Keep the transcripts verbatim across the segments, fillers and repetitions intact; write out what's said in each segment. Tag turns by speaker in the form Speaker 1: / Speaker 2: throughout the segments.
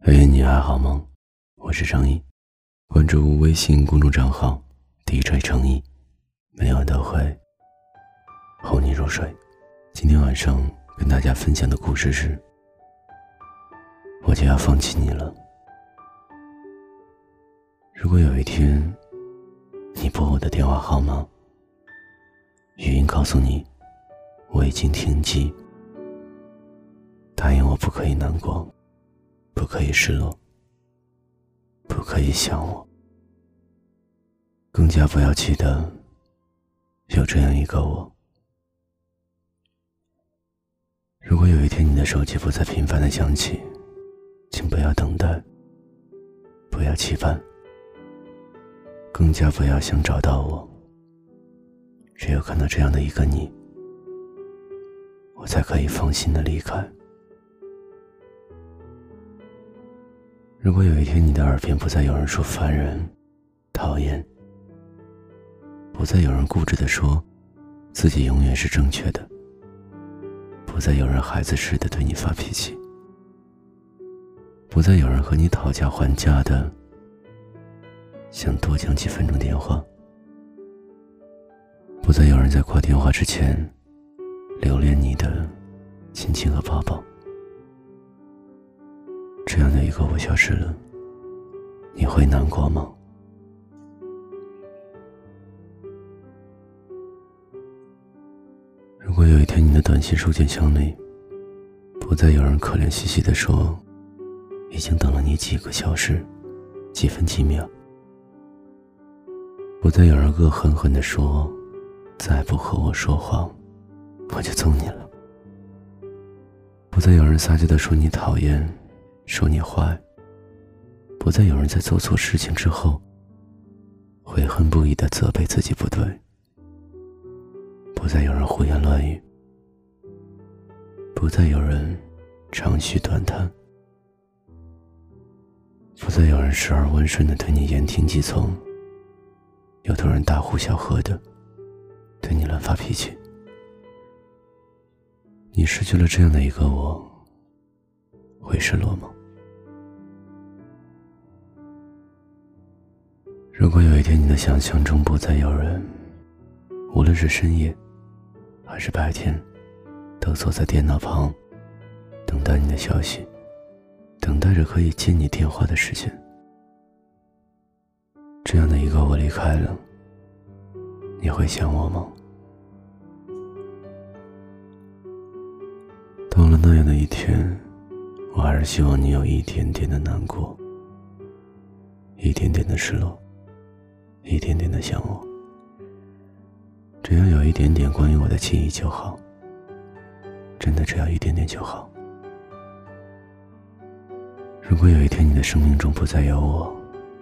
Speaker 1: 嘿，你还好吗？我是张毅，关注微信公众账号 D J 张毅，每晚都会哄你入睡。今天晚上跟大家分享的故事是：我就要放弃你了。如果有一天你拨我的电话号码，语音告诉你我已经停机，答应我不可以难过，不可以失落，不可以想我，更加不要记得有这样一个我。如果有一天你的手机不再频繁地响起，请不要等待，不要期盼，更加不要想找到我。只有看到这样的一个你，我才可以放心地离开。如果有一天你的耳边不再有人说烦人、讨厌，不再有人固执地说自己永远是正确的，不再有人孩子似的对你发脾气，不再有人和你讨价还价的想多讲几分钟电话，不再有人在挂电话之前留恋你的亲亲和抱抱，这样的一个我消失了，你会难过吗？如果有一天你的短信收件箱里不再有人可怜兮兮地说已经等了你几个小时几分几秒，不再有人恶狠狠地说再不和我说话我就揍你了，不再有人撒娇地说你讨厌说你坏，不再有人在做错事情之后悔恨不已地责备自己不对，不再有人胡言乱语，不再有人长吁短叹，不再有人时而温顺地对你言听计从，又突然大呼小喝的对你乱发脾气。你失去了这样的一个我，会失落吗？如果有一天你的想象中不再有人，无论是深夜还是白天，都坐在电脑旁等待你的消息，等待着可以接你电话的时间，这样的一个我离开了，你会想我吗？到了那样的一天，我还是希望你有一点点的难过，一点点的失落，一点点的想我，只要有一点点关于我的记忆就好，真的只要一点点就好。如果有一天你的生命中不再有我，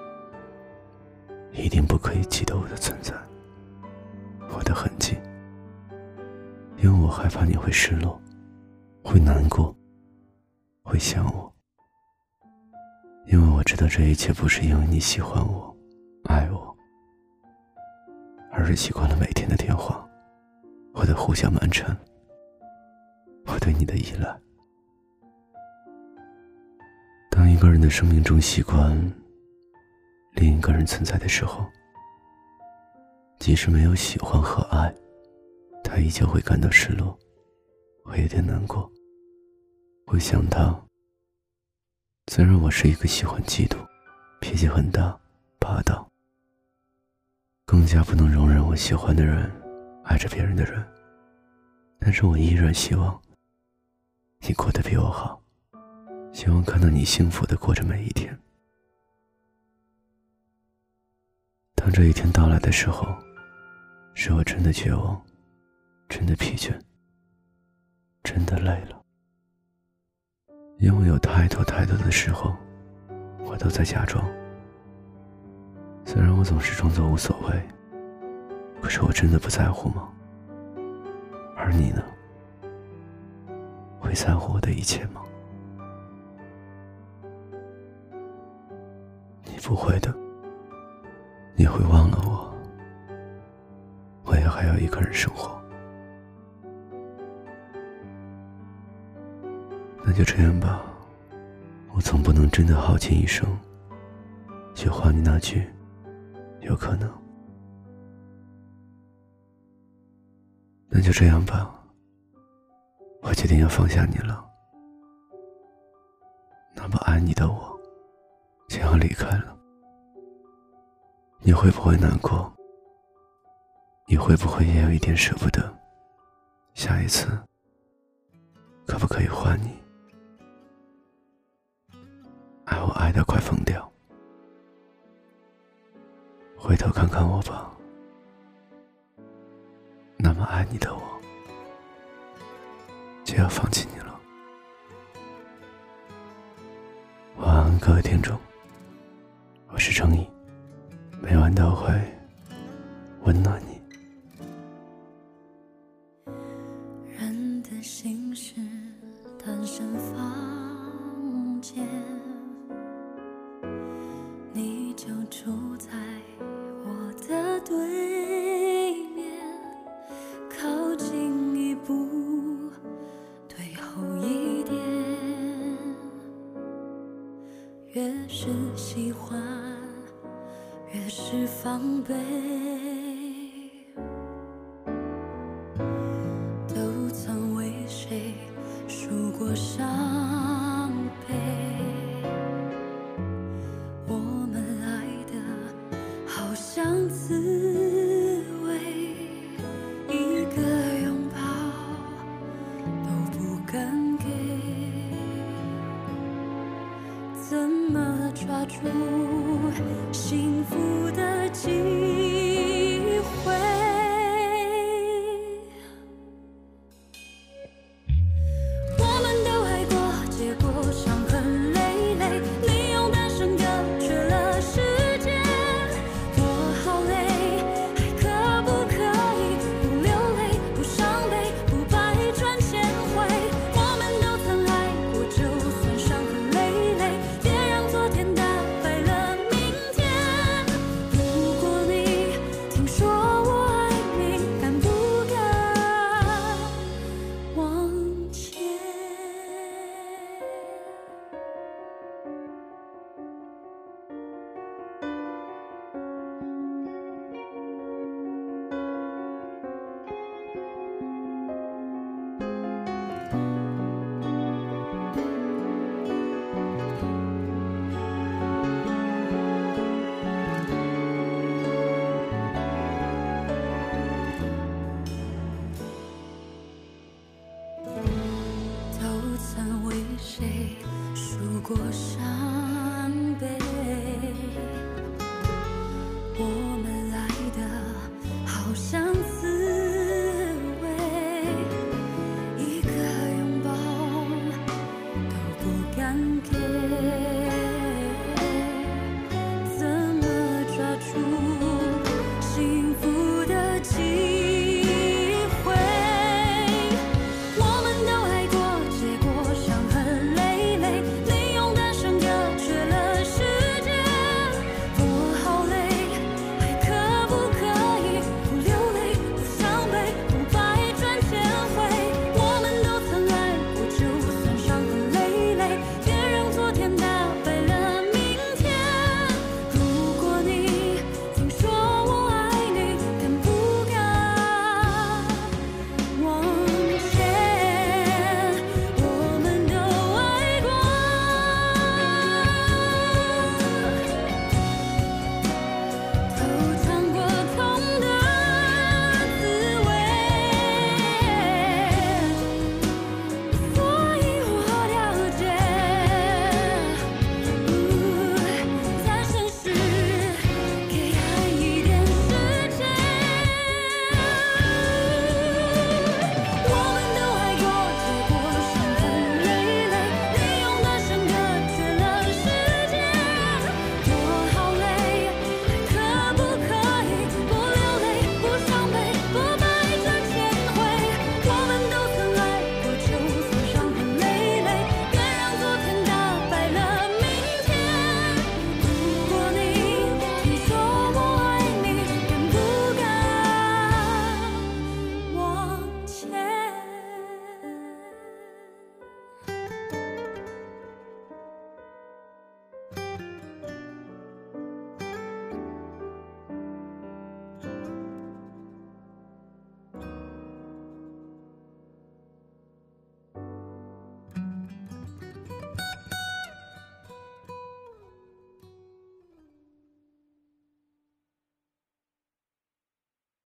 Speaker 1: 一定不可以记得我的存在，我的痕迹，因为我害怕你会失落，会难过，会想我，因为我知道这一切不是因为你喜欢我爱我，而是习惯了每天的电话，我的互相瞒缠，我对你的依赖。当一个人的生命中习惯另一个人存在的时候，即使没有喜欢和爱，他依旧会感到失落，会有点难过，会想他。虽然我是一个喜欢嫉妒、脾气很大、霸道，更加不能容忍我喜欢的人爱着别人的人，但是我依然希望你过得比我好，希望看到你幸福地过着每一天。当这一天到来的时候，是我真的绝望，真的疲倦，真的累了，因为有太多太多的时候我都在假装，虽然我总是装作无所谓，可是我真的不在乎吗？而你呢？会在乎我的一切吗？你不会的，你会忘了我，我也还要一个人生活。那就这样吧， 我总不能真的耗尽一生去换你那句有可能。那就这样吧，我决定要放下你了。那么爱你的我就要离开了，你会不会难过？你会不会也有一点舍不得？下一次可不可以换你？爱我爱得快疯掉，回头看看我吧，那么爱你的我就要放弃你了。晚安，各位听众，我是程毅，每晚都会温暖你。
Speaker 2: 人的心事单身房间，你就住在我的对面，靠近一步，退后一点，越是喜欢越是防备，都曾为谁数过伤悲，我们爱得好像刺猬，一个拥抱都不敢给，怎么抓住幸福的机会？我们都爱过，结果伤痕累累，你用单身隔绝了时间，我好累，还可不可以不流泪，不伤悲，不百转千回？我们都曾爱过，就算伤痕累累，别让昨天打败了明天。如果你听说我爱你，敢不敢往前？都曾为谁数过伤悲，我们来的好像刺猬，一个拥抱都不敢给。